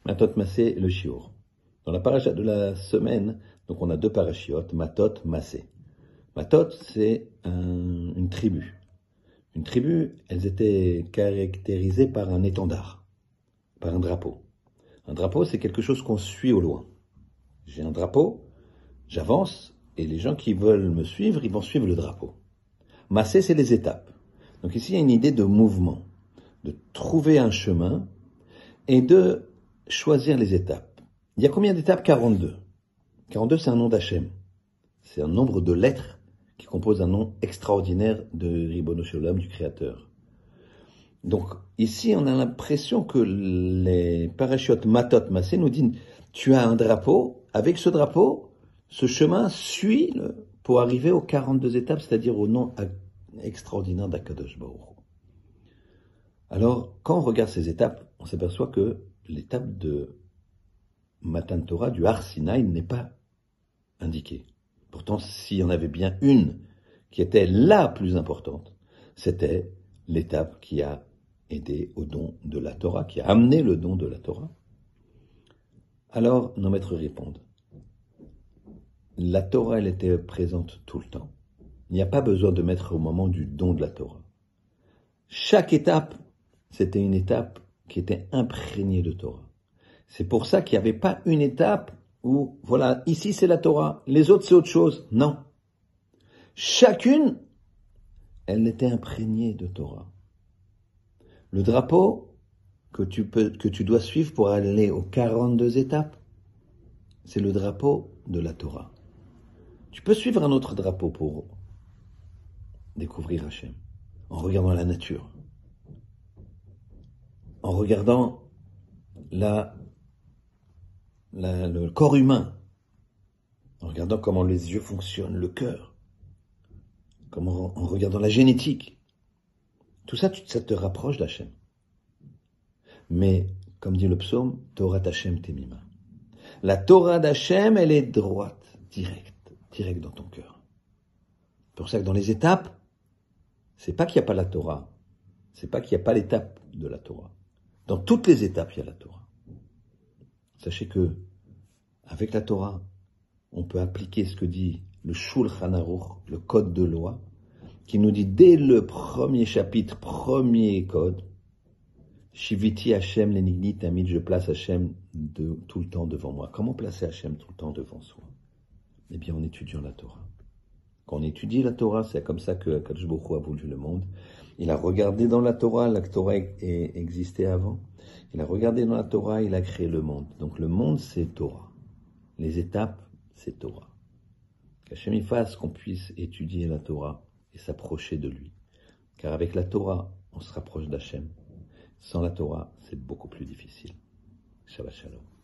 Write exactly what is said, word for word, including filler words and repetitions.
Matot Massé, le Shiur. Dans la paracha de la semaine, donc on a deux parachiotes, Matot, Massé. Matot, c'est un, une tribu. Une tribu, elles étaient caractérisées par un étendard, par un drapeau. Un drapeau, c'est quelque chose qu'on suit au loin. J'ai un drapeau, j'avance, et les gens qui veulent me suivre, ils vont suivre le drapeau. Massé, c'est les étapes. Donc ici, il y a une idée de mouvement, de trouver un chemin et de choisir les étapes. Il y a combien d'étapes? quarante-deux. quarante-deux, c'est un nom d'Hachem. C'est un nombre de lettres qui composent un nom extraordinaire de Ribono Shel Olam, du Créateur. Donc ici, on a l'impression que les parachutes Matot Massé nous disent, tu as un drapeau, avec ce drapeau, ce chemin suit le, pour arriver aux quarante-deux étapes, c'est-à-dire au nom extraordinaire d'Akadosh Baruch Hu. Alors, quand on regarde ces étapes, on s'aperçoit que l'étape de Matan Torah, du Har Sinaï, n'est pas indiquée. Pourtant, s'il y en avait bien une qui était la plus importante, c'était l'étape qui a aidé au don de la Torah, qui a amené le don de la Torah. Alors, nos maîtres répondent, la Torah, elle était présente tout le temps. Il n'y a pas besoin de mettre au moment du don de la Torah. Chaque étape, c'était une étape qui était imprégnée de Torah. C'est pour ça qu'il n'y avait pas une étape où, voilà, ici c'est la Torah, les autres c'est autre chose. Non. Chacune, elle était imprégnée de Torah. Le drapeau que tu peux, que tu dois suivre pour aller aux quarante-deux étapes, c'est le drapeau de la Torah. Tu peux suivre un autre drapeau pour découvrir Hachem, en regardant la nature, en regardant la, la, le corps humain, en regardant comment les yeux fonctionnent, le cœur, comment, en regardant la génétique. Tout ça, ça te rapproche d'Hachem. Mais, comme dit le psaume, Torah d'Hachem temima. La Torah d'Hachem, elle est droite, directe, directe dans ton cœur. C'est pour ça que dans les étapes, c'est pas qu'il n'y a pas la Torah, c'est pas qu'il n'y a pas l'étape de la Torah. Dans toutes les étapes, il y a la Torah. Sachez que, avec la Torah, on peut appliquer ce que dit le Shulchan Aruch, le code de loi, qui nous dit dès le premier chapitre, premier code, Shiviti Hashem lenigni tamid, je place Hashem de, tout le temps devant moi. Comment placer Hashem tout le temps devant soi? Eh bien, en étudiant la Torah. Quand on étudie la Torah, c'est comme ça que Akadosh Baruch Hu a voulu le monde. Il a regardé dans la Torah, la Torah existait avant. Il a regardé dans la Torah, il a créé le monde. Donc le monde, c'est Torah. Les étapes, c'est Torah. Qu'Hachem y fasse qu'on puisse étudier la Torah et s'approcher de lui. Car avec la Torah, on se rapproche d'Hachem. Sans la Torah, c'est beaucoup plus difficile. Shabbat Shalom.